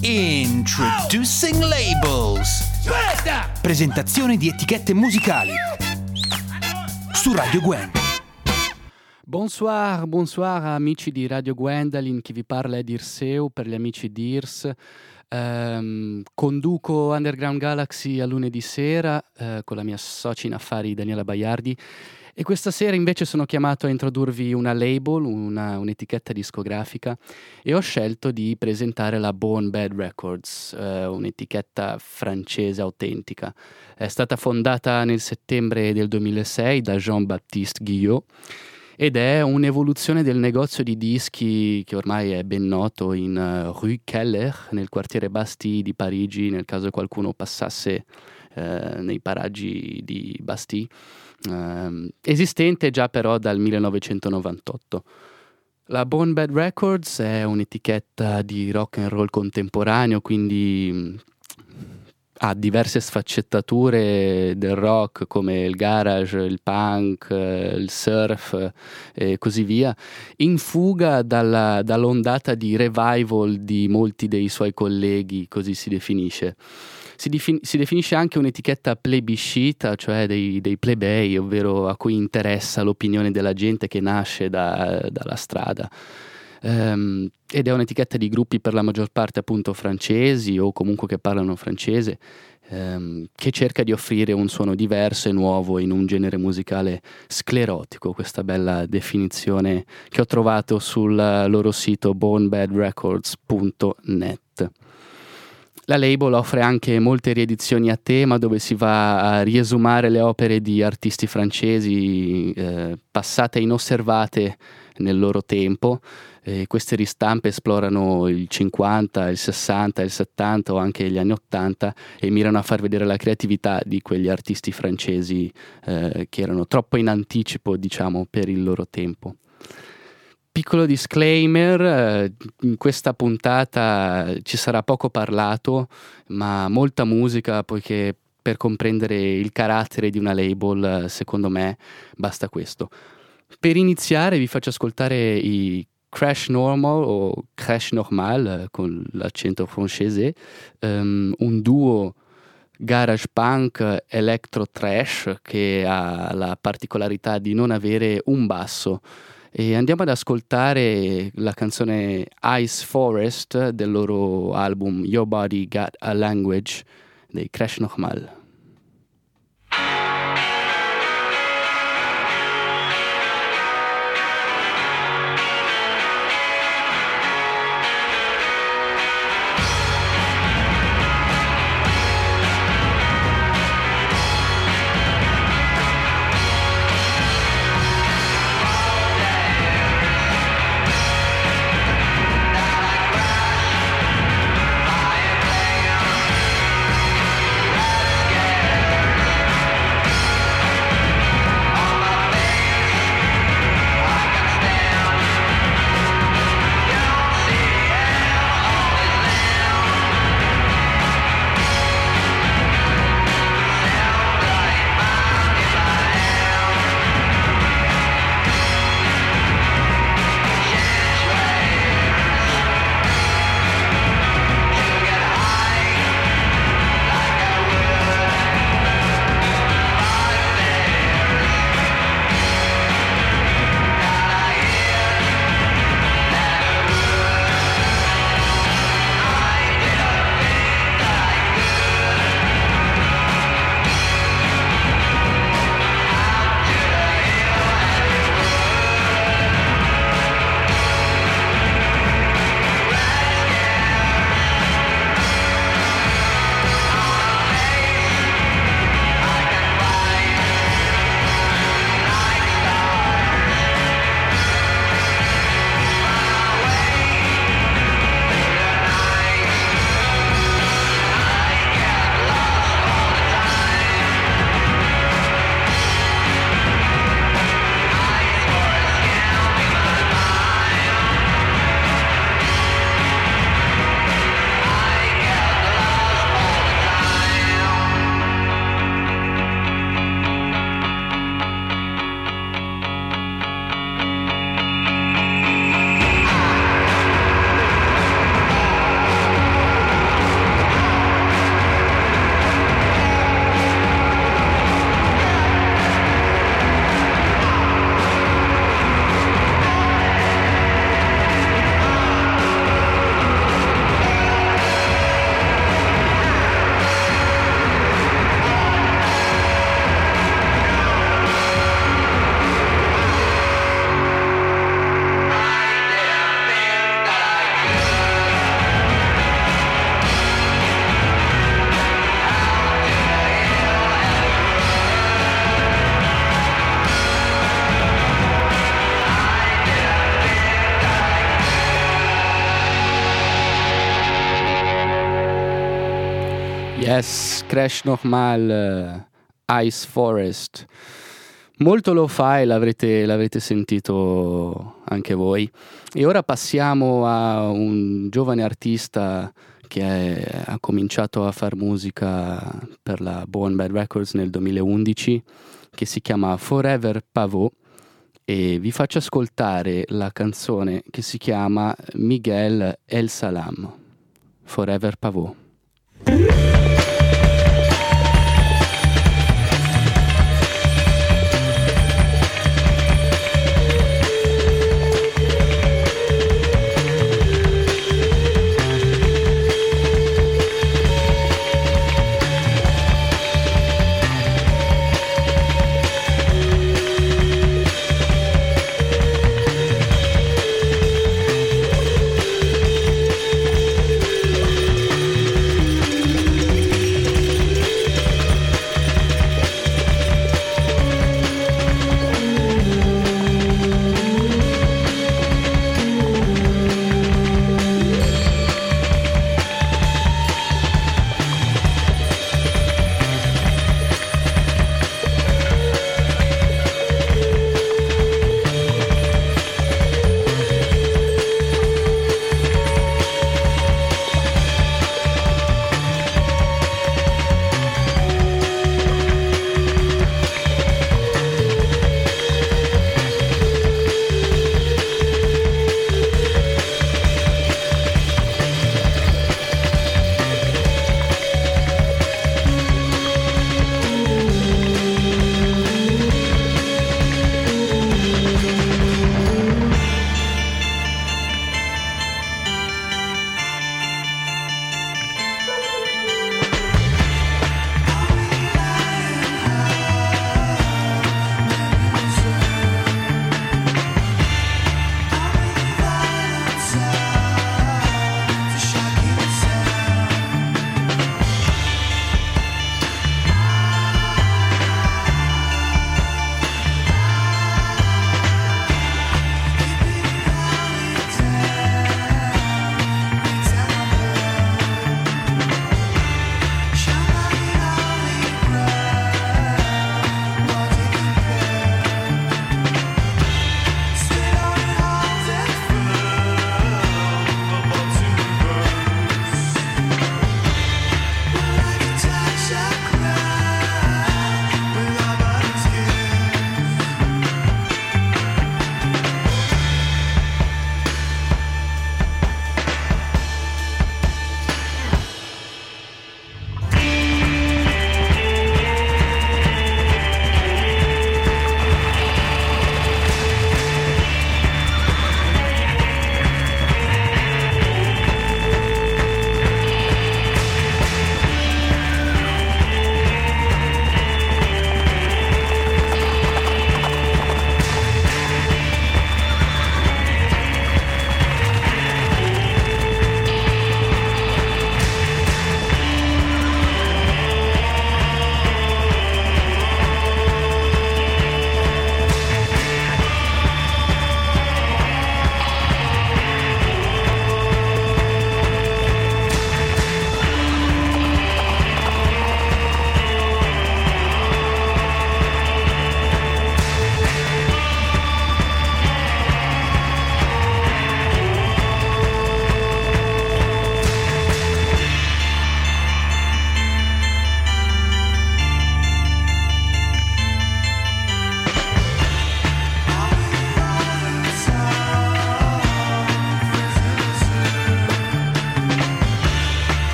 Introducing Labels. Presentazione di etichette musicali su Radio Gwen. Bonsoir amici di Radio Gwendalin, chi vi parla è Dirseu per gli amici Dirs. Conduco Underground Galaxy a lunedì sera con la mia socia in affari Daniela Baiardi e questa sera invece sono chiamato a introdurvi una label, un'etichetta discografica, e ho scelto di presentare la Born Bad Records, un'etichetta francese autentica. È stata fondata nel settembre del 2006 da Jean-Baptiste Guillot ed è un'evoluzione del negozio di dischi che ormai è ben noto in Rue Keller, nel quartiere Bastille di Parigi, nel caso qualcuno passasse nei paraggi di Bastille, esistente già però dal 1998. La Born Bad Records è un'etichetta di rock and roll contemporaneo, quindi ha diverse sfaccettature del rock come il garage, il punk, il surf e così via, in fuga dall'ondata di revival di molti dei suoi colleghi, così si definisce. Si definisce anche un'etichetta plebiscita, cioè dei plebei, ovvero a cui interessa l'opinione della gente che nasce dalla strada. Ed è un'etichetta di gruppi per la maggior parte appunto francesi o comunque che parlano francese, che cerca di offrire un suono diverso e nuovo in un genere musicale sclerotico, questa bella definizione che ho trovato sul loro sito bornbadrecords.net. La label offre anche molte riedizioni a tema dove si va a riesumare le opere di artisti francesi passate inosservate nel loro tempo. Queste ristampe esplorano il 50, il 60, il 70 o anche gli anni 80 e mirano a far vedere la creatività di quegli artisti francesi che erano troppo in anticipo, diciamo, per il loro tempo. Piccolo disclaimer, in questa puntata ci sarà poco parlato, ma molta musica, poiché per comprendere il carattere di una label, secondo me, basta questo. Per iniziare vi faccio ascoltare i Crash Normal o Crash Normal con l'accento francese, un duo garage punk electro trash che ha la particolarità di non avere un basso. E andiamo ad ascoltare la canzone Ice Forest del loro album Your Body Got a Language dei Crash Normal. Get Yes, Crash Nochmal, Ice Forest. Molto lo-fi, l'avrete sentito anche voi. E ora passiamo a un giovane artista che ha cominciato a far musica per la Born Bad Records nel 2011, che si chiama Forever Pavot, e vi faccio ascoltare la canzone che si chiama Miguel El Salam, Forever Pavot.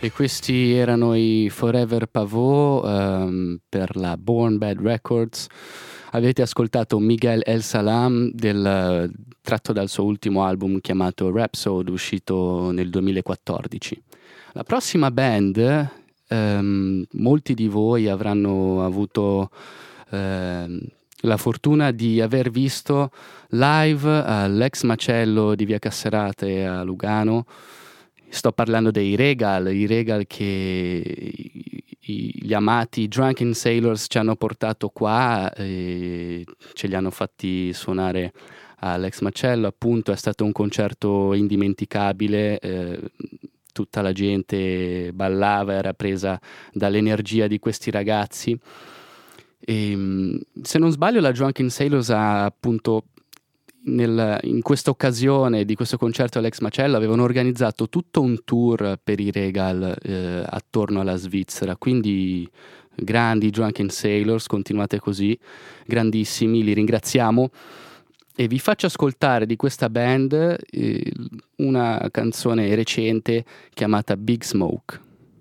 E questi erano i Forever Pavot per la Born Bad Records. Avete ascoltato Miguel El Salam tratto dal suo ultimo album chiamato Rhapsody, uscito nel 2014. La prossima band, molti di voi avranno avuto la fortuna di aver visto live all'ex macello di Via Casserate a Lugano. Sto parlando dei Regal che gli amati Drunken Sailors ci hanno portato qua e ce li hanno fatti suonare all'ex macello. Appunto, è stato un concerto indimenticabile, tutta la gente ballava, era presa dall'energia di questi ragazzi. E, se non sbaglio, la Drunken Sailors ha appunto in questa occasione di questo concerto all'ex macello avevano organizzato tutto un tour per i Regal attorno alla Svizzera, quindi grandi Drunken Sailors, continuate così, grandissimi, li ringraziamo. E vi faccio ascoltare di questa band una canzone recente chiamata Big Smoke.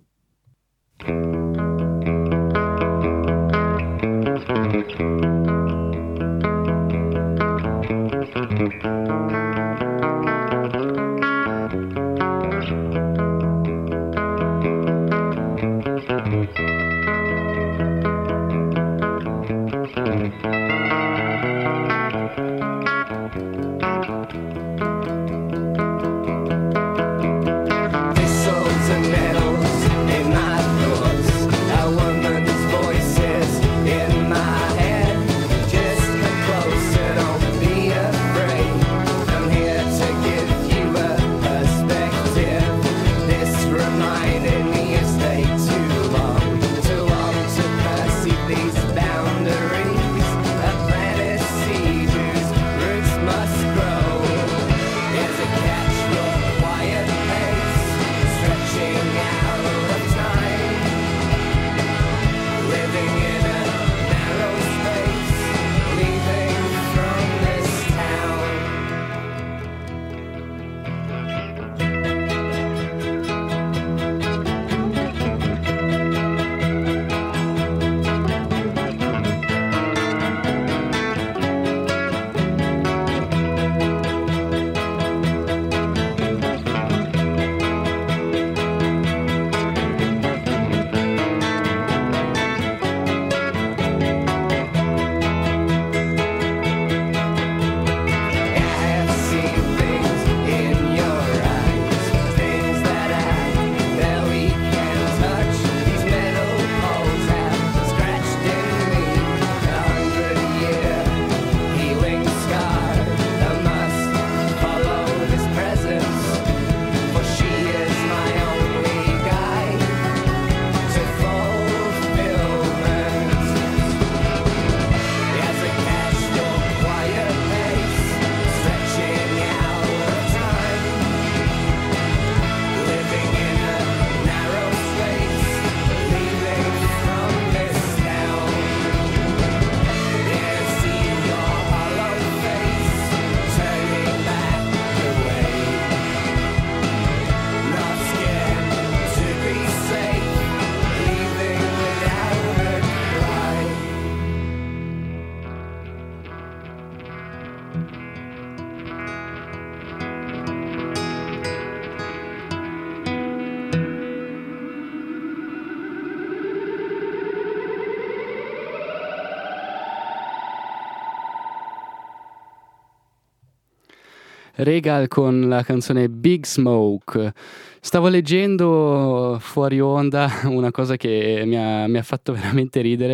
Regal con la canzone Big Smoke. Stavo leggendo fuori onda una cosa che mi ha fatto veramente ridere.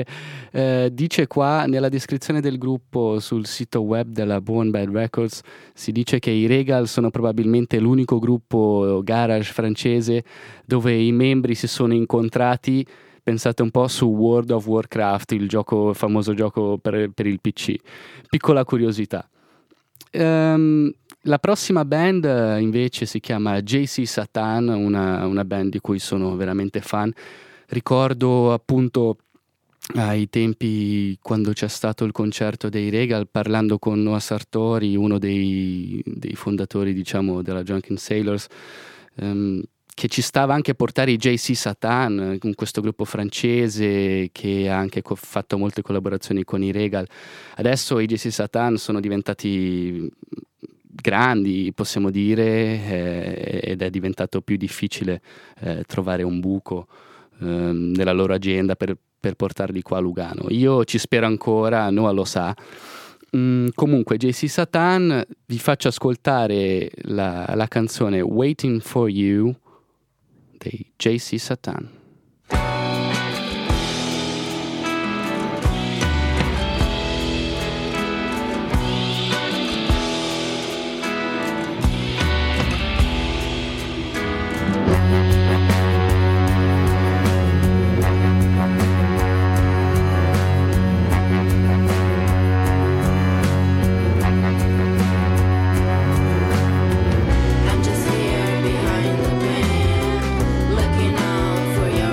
Dice qua nella descrizione del gruppo sul sito web della Born Bad Records, si dice che i Regal sono probabilmente l'unico gruppo garage francese dove i membri si sono incontrati, pensate un po', su World of Warcraft, il famoso gioco per il PC. Piccola curiosità. La prossima band invece si chiama JC Satan, una band di cui sono veramente fan. Ricordo appunto ai tempi quando c'è stato il concerto dei Regal, parlando con Noah Sartori, uno dei fondatori, diciamo, della Drunken Sailors, che ci stava anche a portare i JC Satan, con questo gruppo francese che ha anche fatto molte collaborazioni con i Regal. Adesso i JC Satan sono diventati grandi, possiamo dire, ed è diventato più difficile trovare un buco nella loro agenda per portarli qua a Lugano. Io ci spero ancora, Noah lo sa. Comunque JC Satan, vi faccio ascoltare la canzone Waiting for You dei JC Satan. I'm just here behind the pen, looking out for your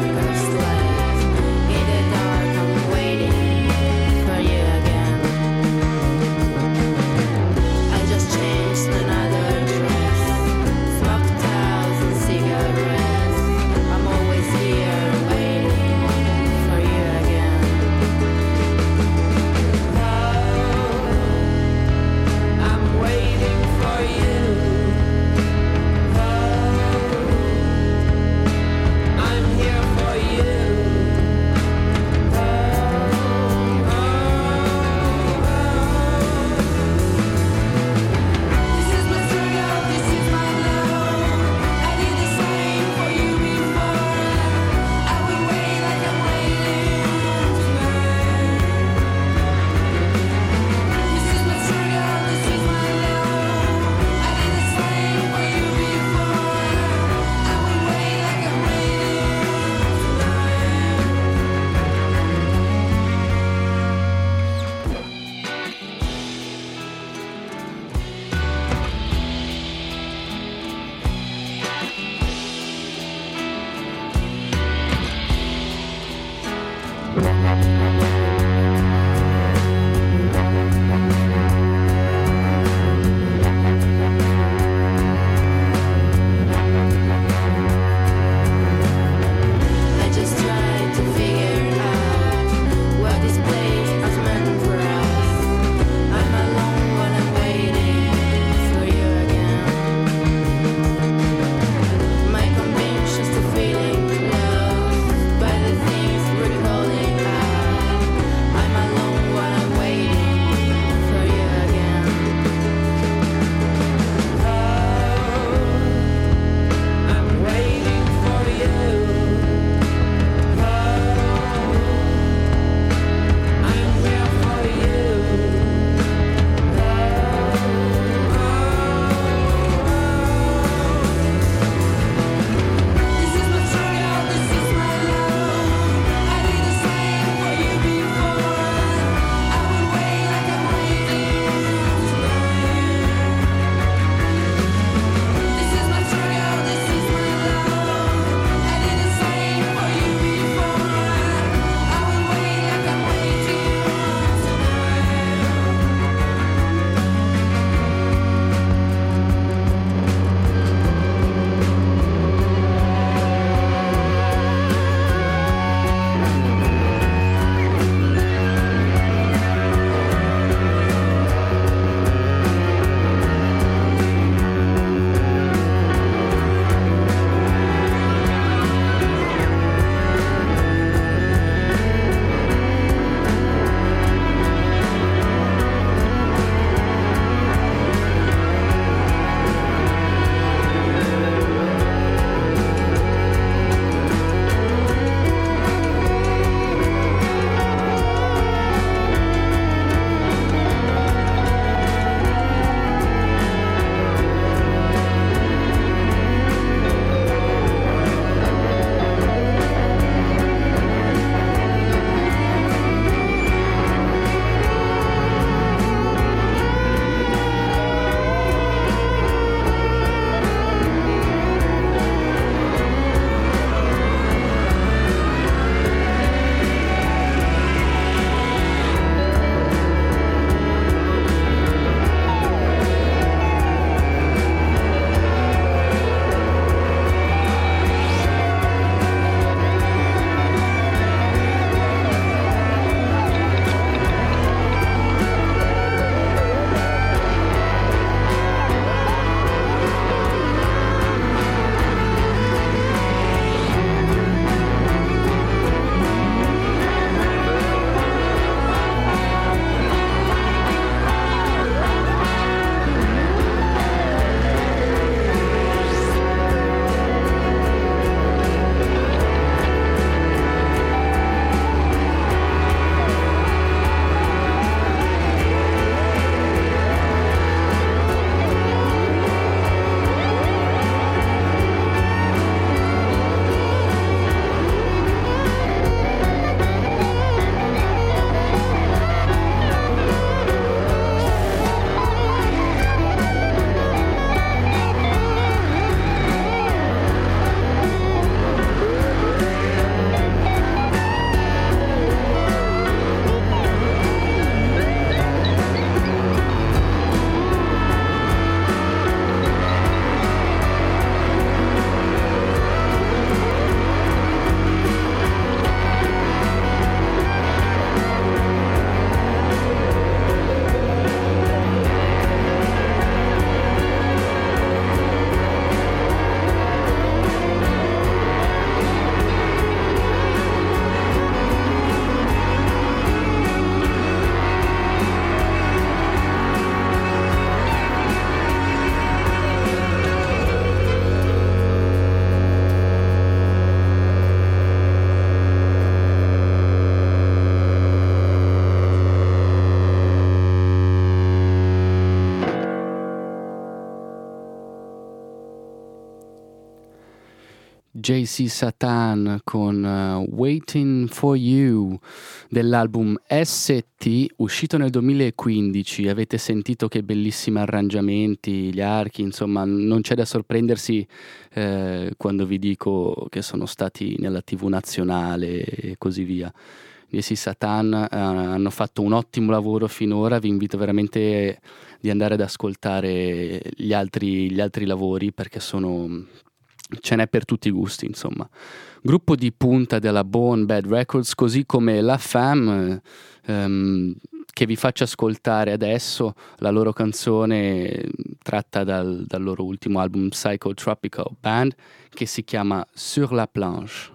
JC Satan con Waiting for You dell'album ST uscito nel 2015. Avete sentito che bellissimi arrangiamenti, gli archi, insomma non c'è da sorprendersi quando vi dico che sono stati nella TV nazionale e così via. JC Satan hanno fatto un ottimo lavoro finora, vi invito veramente di andare ad ascoltare gli altri lavori perché ce n'è per tutti i gusti, insomma. Gruppo di punta della Bone Bad Records, così come La Femme, che vi faccio ascoltare adesso la loro canzone tratta dal loro ultimo album Psychotropical Band, che si chiama Sur la planche.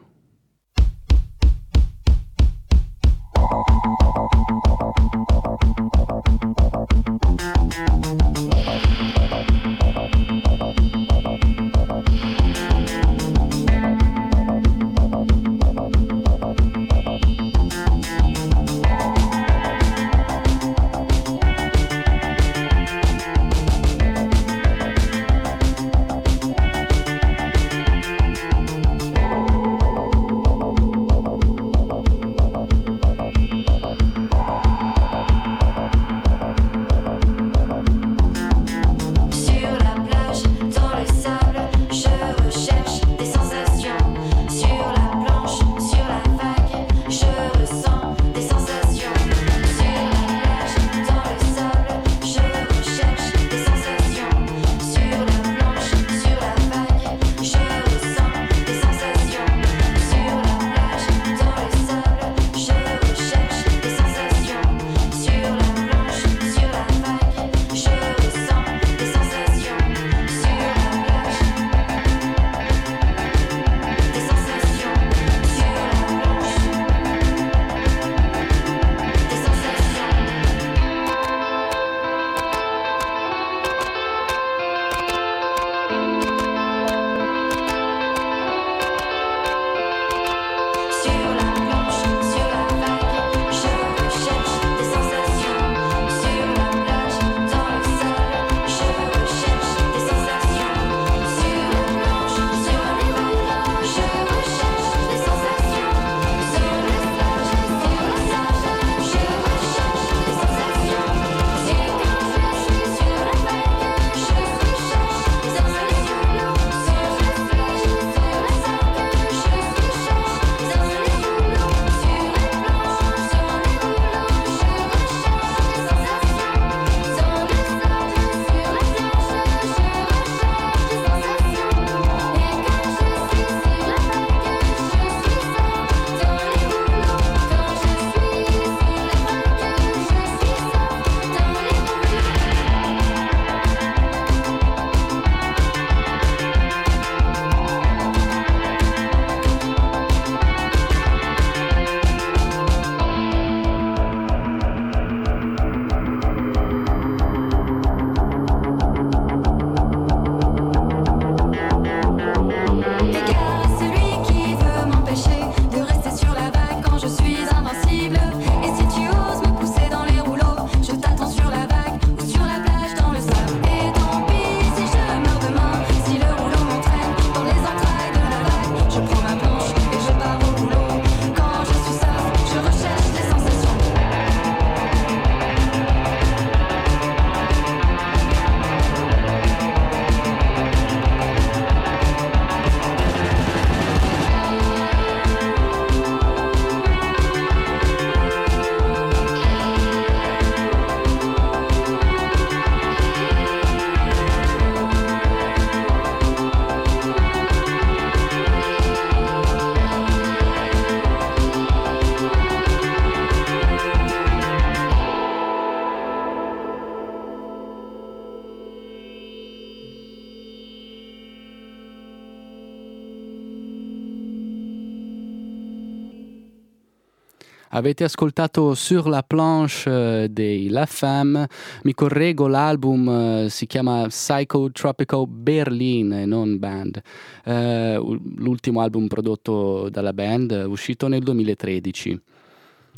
Avete ascoltato Sur la planche dei La Femme, mi correggo, l'album si chiama Psychotropical Berlin e non Band, l'ultimo album prodotto dalla band, uscito nel 2013.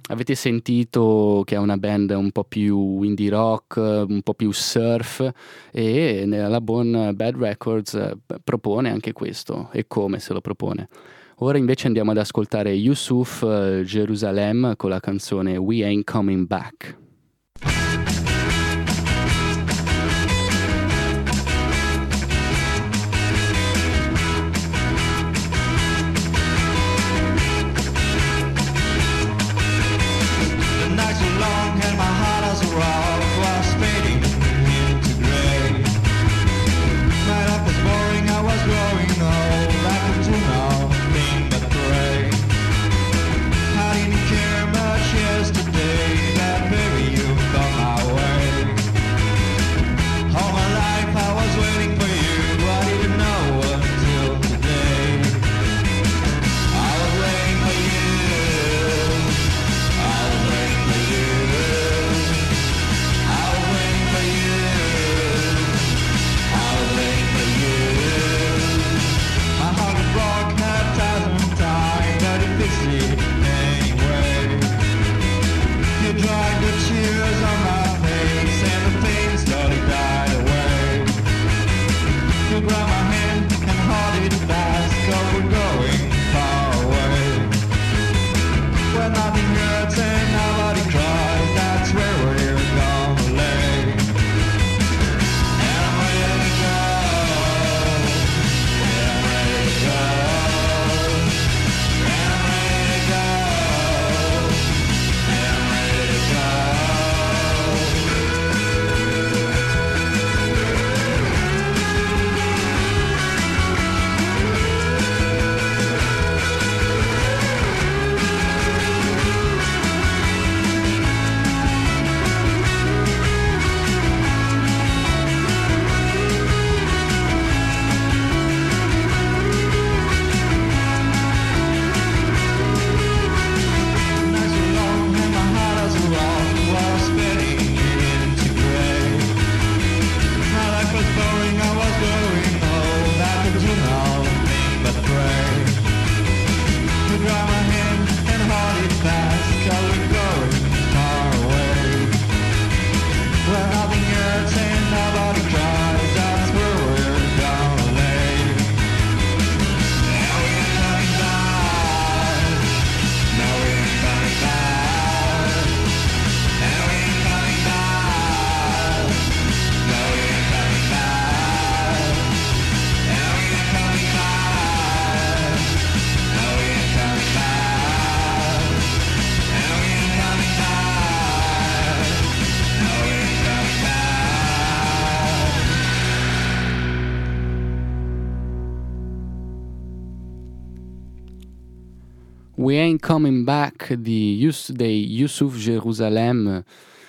avete sentito che è una band un po' più indie rock, un po' più surf, e la Bone Bad Records propone anche questo, e come se lo propone. Ora invece andiamo ad ascoltare Yusuf Jerusalem con la canzone We Ain't Coming Back. We Ain't Coming Back dei Yusuf Jerusalem,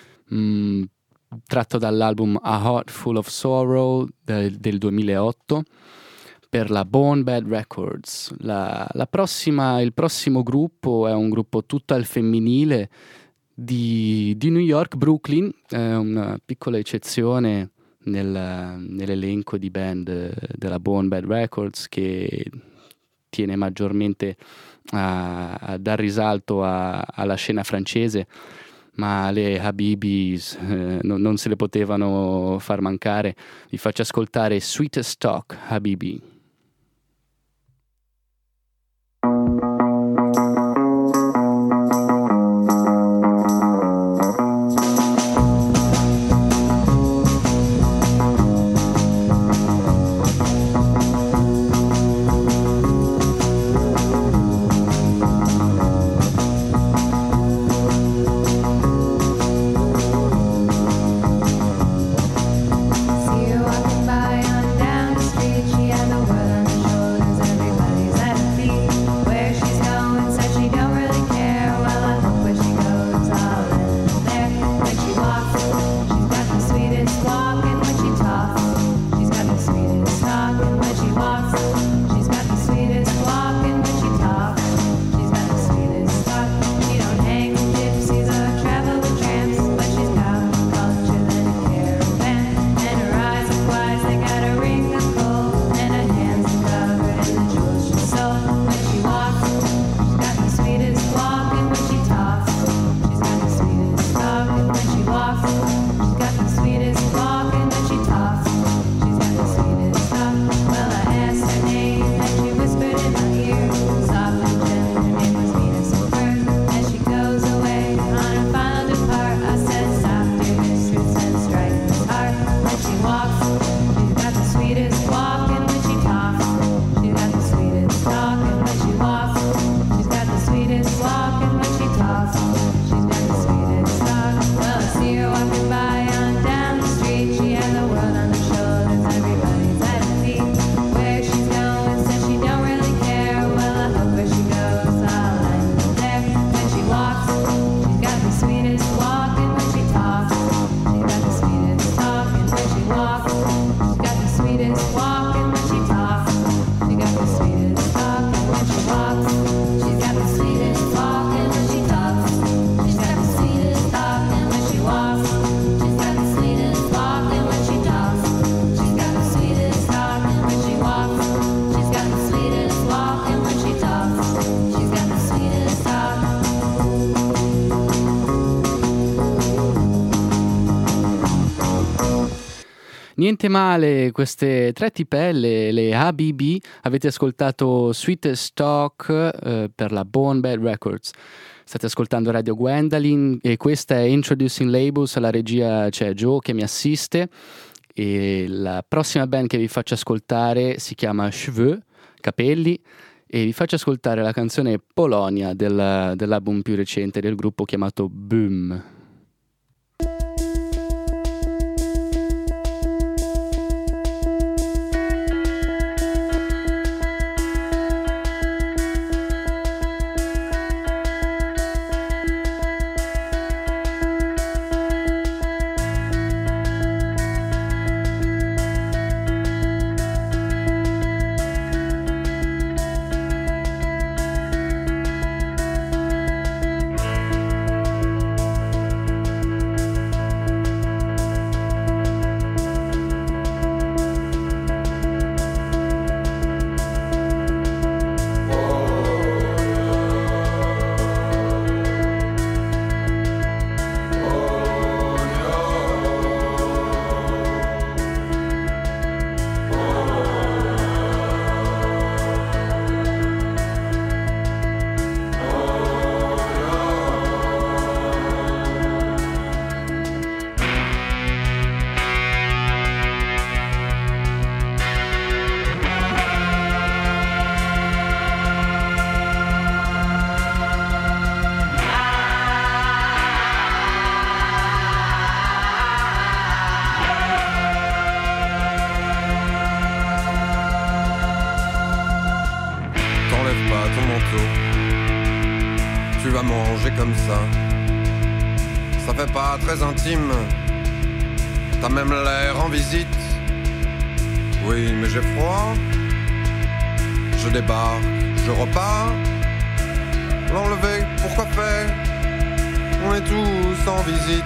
tratto dall'album A Heart Full of Sorrow del 2008 per la Bone Bad Records. Il prossimo gruppo è un gruppo tutto al femminile di New York, Brooklyn, una piccola eccezione nell'elenco di band della Bone Bad Records, che tiene maggiormente a dar risalto alla scena francese, ma le Habibis non se le potevano far mancare. Vi faccio ascoltare Sweetest Talk, Habibi. See you walking by on down the street. She had the Niente male, queste tre tipelle, le ABB. Avete ascoltato Sweetest Talk per la Born Bad Records. State ascoltando Radio Gwendolyn e questa è Introducing Labels. Alla regia c'è Joe che mi assiste e la prossima band che vi faccio ascoltare si chiama Cheveux, capelli, e vi faccio ascoltare la canzone Polonia dell'album più recente del gruppo chiamato Boom. Comme ça fait pas très intime. T'as même l'air en visite. Oui, mais j'ai froid. Je débarque, je repars. L'enlever, pourquoi faire? On est tous en visite.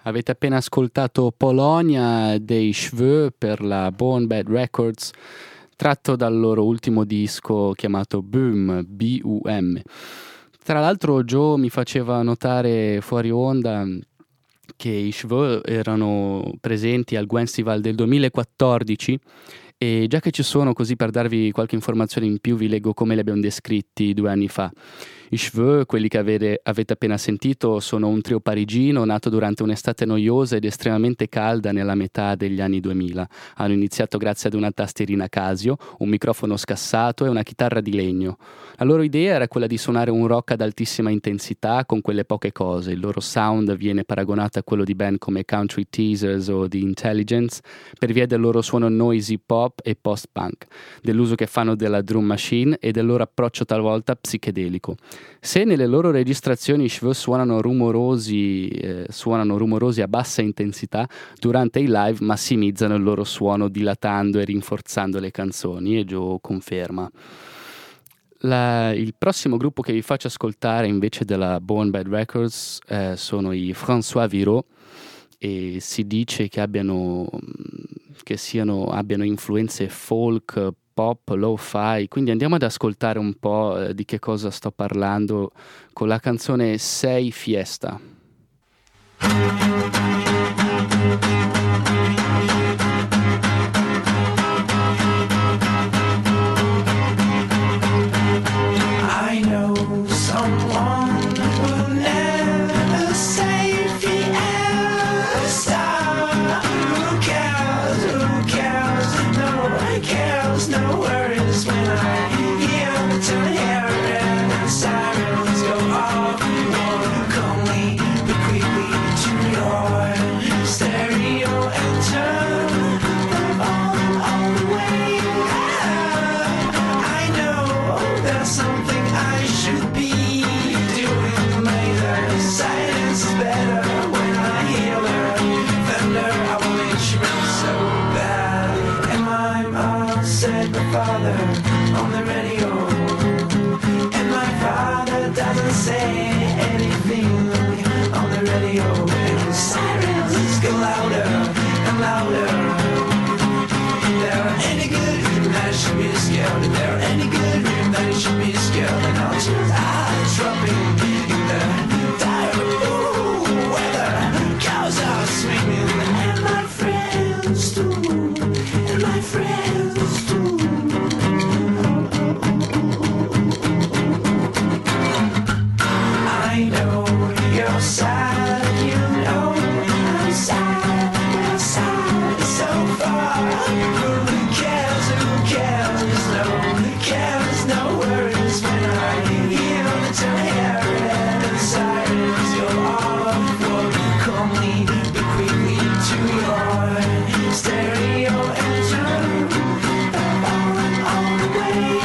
Avete appena ascoltato Polonia dei Cheveux per la Born Bad Records, tratto dal loro ultimo disco chiamato Boom, B-U-M. Tra l'altro Joe mi faceva notare fuori onda che i Cheveux erano presenti al Gwenstival del 2014 e già che ci sono, così per darvi qualche informazione in più, vi leggo come li abbiamo descritti 2 anni fa. I Cheveux, quelli che avete appena sentito, sono un trio parigino nato durante un'estate noiosa ed estremamente calda nella metà degli anni 2000. Hanno iniziato grazie ad una tastierina Casio, un microfono scassato e una chitarra di legno. La loro idea era quella di suonare un rock ad altissima intensità con quelle poche cose. Il loro sound viene paragonato a quello di band come Country Teasers o The Intelligence per via del loro suono noisy pop e post-punk, dell'uso che fanno della drum machine e del loro approccio talvolta psichedelico. Se nelle loro registrazioni i Cheveux suonano rumorosi a bassa intensità, durante i live massimizzano il loro suono dilatando e rinforzando le canzoni, e Joe conferma. Il prossimo gruppo che vi faccio ascoltare invece della Born Bad Records sono i François Viraud, e si dice che abbiano influenze folk, pop, lo-fi, quindi andiamo ad ascoltare un po' di che cosa sto parlando con la canzone Sei Fiesta. I know someone who never say fiesta. Who cares, no one cares, no worries when I hear the teleheron and sirens go off. Won't call me, but quickly to your stereo and turn them all the way. I know there's something I should be doing to make the silence better. When I hear the thunder, I will insurance so bad. And my mom said my father on the radio, and my father doesn't say anything on the radio. And the sirens go louder and louder. They're any good reason that it should be scared. If they're any good reason that it should be scared, then I'll choose dropping in the dire weather. Cows are screaming, and my friends too, and my friends too. I know you're sad, you know I'm sad, we're sad so far. Who cares, no worries when I hear the teleheron and sirens go off. Won't call me, but quickly to your stereo and turn all the way.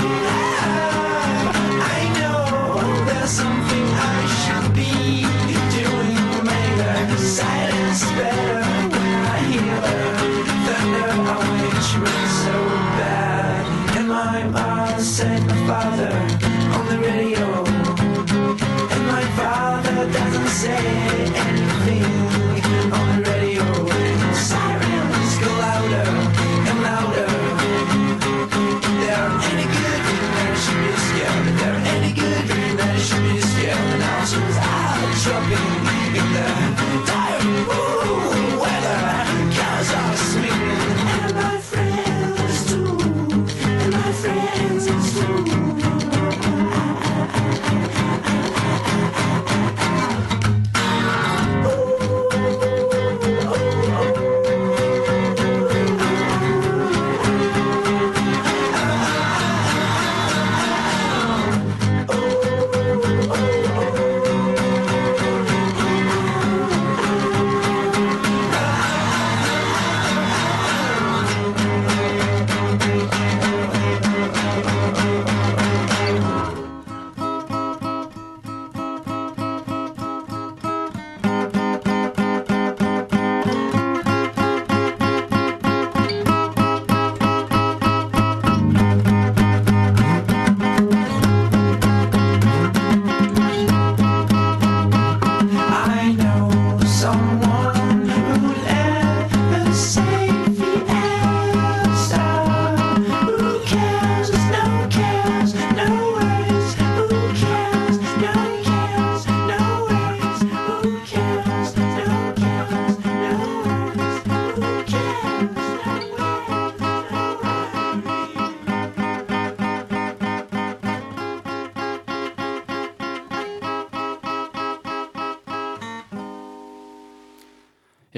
I know there's something I should be doing to make the silence better. When I hear the thunder, I wish you were so bad. And my mom said my father on the radio, and my father doesn't say anything on the radio. And sirens go louder and louder. They're any good reason that it should be scared. If they're any good reason that it should be scared, then I'll choose dropping in the dire weather. Cows are screaming, and my friends too, and my friends too.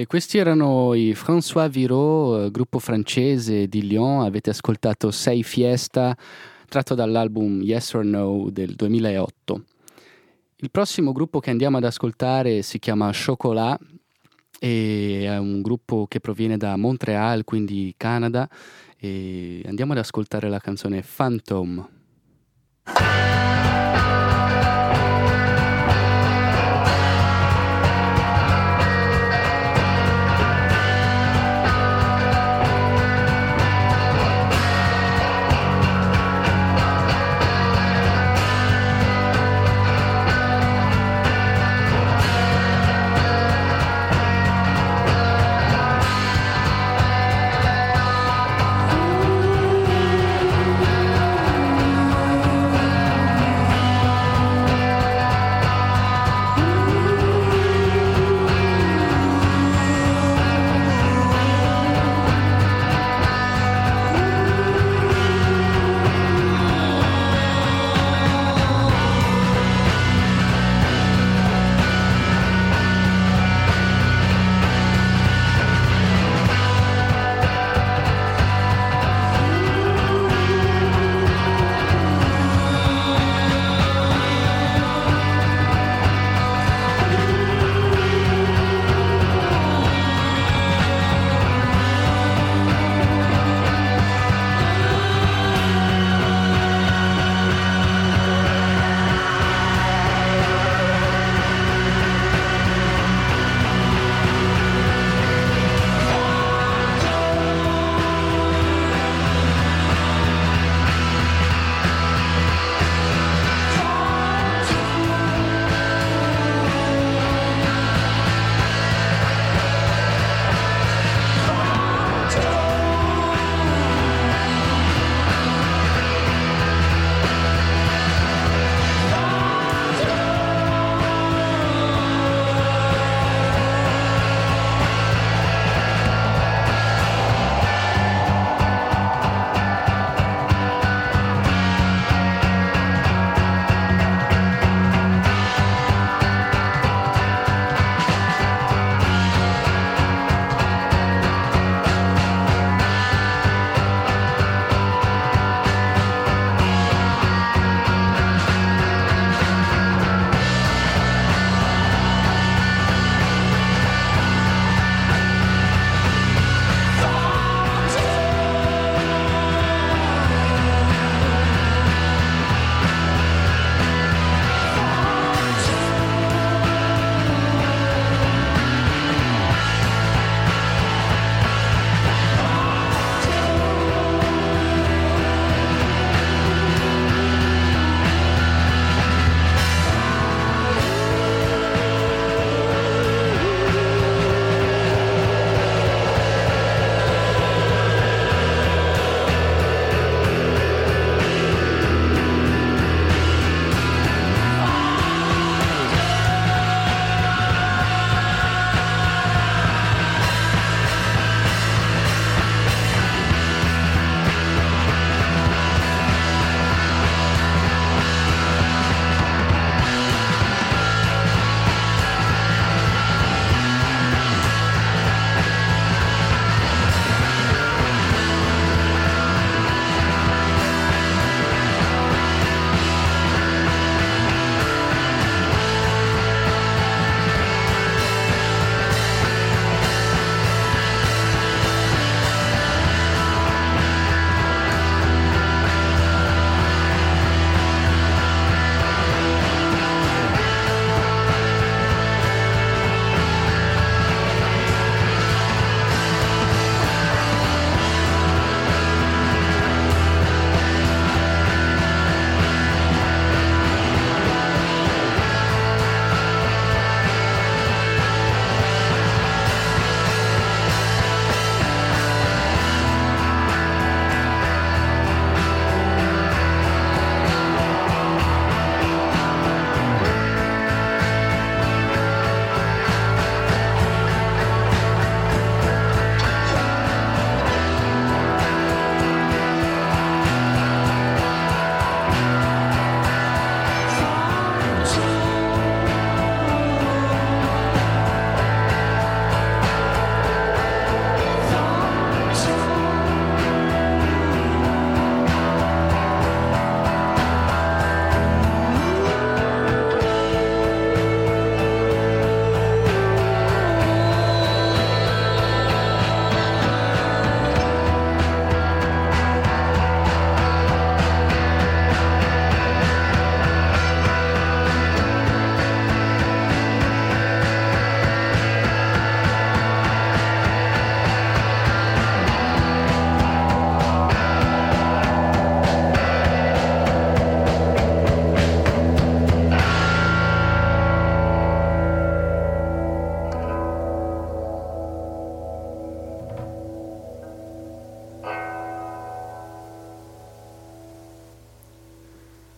E questi erano i François Viraud, gruppo francese di Lyon. Avete ascoltato Sei Fiesta, tratto dall'album Yes or No del 2008. Il prossimo gruppo che andiamo ad ascoltare si chiama Chocolat e è un gruppo che proviene da Montréal, quindi Canada, e andiamo ad ascoltare la canzone Phantom. Ooh.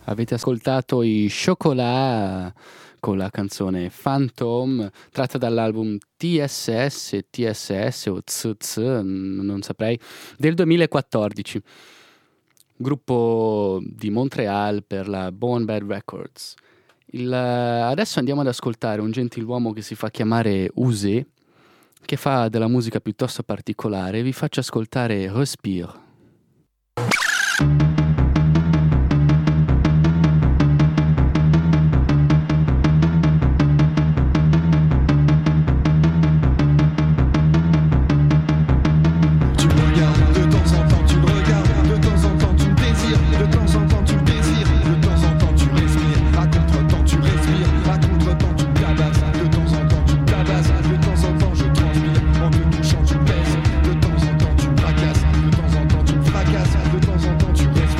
Avete ascoltato i Chocolat con la canzone Phantom, tratta dall'album TSS o TSS, non saprei, del 2014. Gruppo di Montreal per la Bone Bad Records. Adesso andiamo ad ascoltare un gentiluomo che si fa chiamare Usé, che fa della musica piuttosto particolare. Vi faccio ascoltare Respire. De temps en temps tu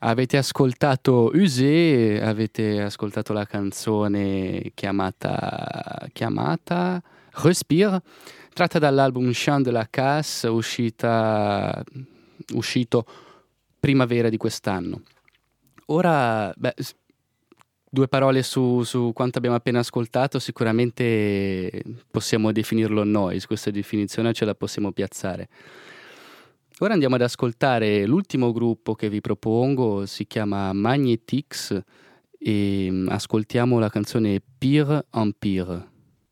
Avete ascoltato Usé, avete ascoltato la canzone chiamata Respire, tratta dall'album Chant de la Casse, uscito primavera di quest'anno. Ora, due parole su quanto abbiamo appena ascoltato. Sicuramente possiamo definirlo noise, questa definizione ce la possiamo piazzare. Ora andiamo ad ascoltare l'ultimo gruppo che vi propongo, si chiama Magnetics, e ascoltiamo la canzone Pire en Pire.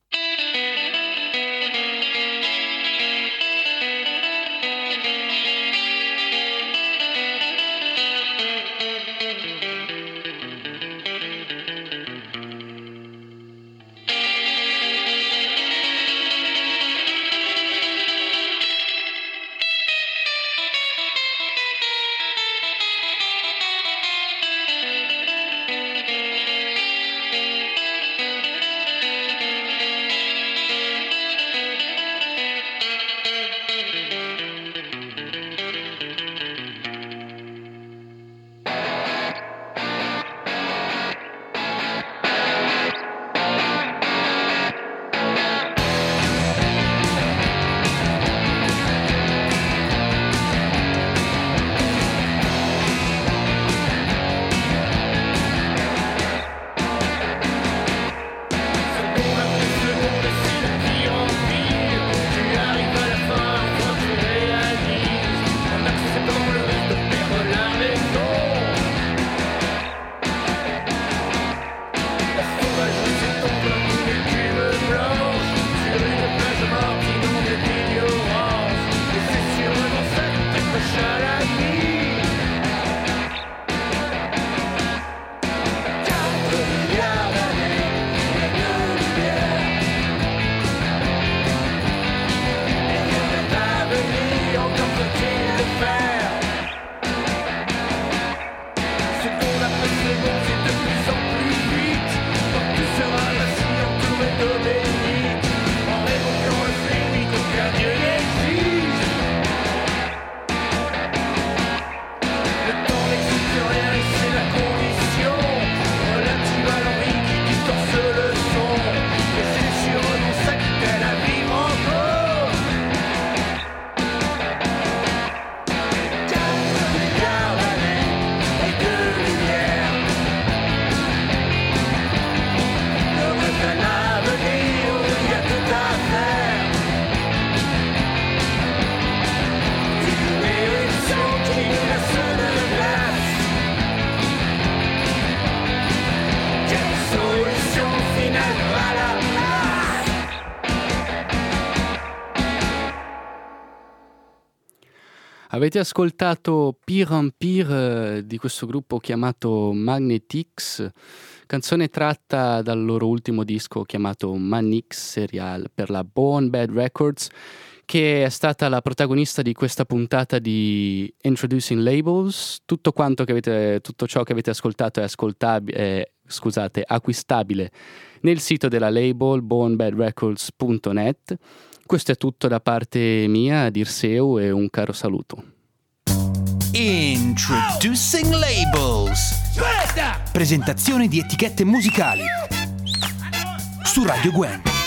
Avete ascoltato Pire en Pire di questo gruppo chiamato Magnetics, canzone tratta dal loro ultimo disco chiamato Manix Serial per la Born Bad Records, che è stata la protagonista di questa puntata di Introducing Labels. Tutto ciò che avete ascoltato è acquistabile nel sito della label bornbadrecords.net. Questo è tutto da parte mia, Dirseu, e un caro saluto. Introducing Labels. Presentazione di etichette musicali su Radio Gwen.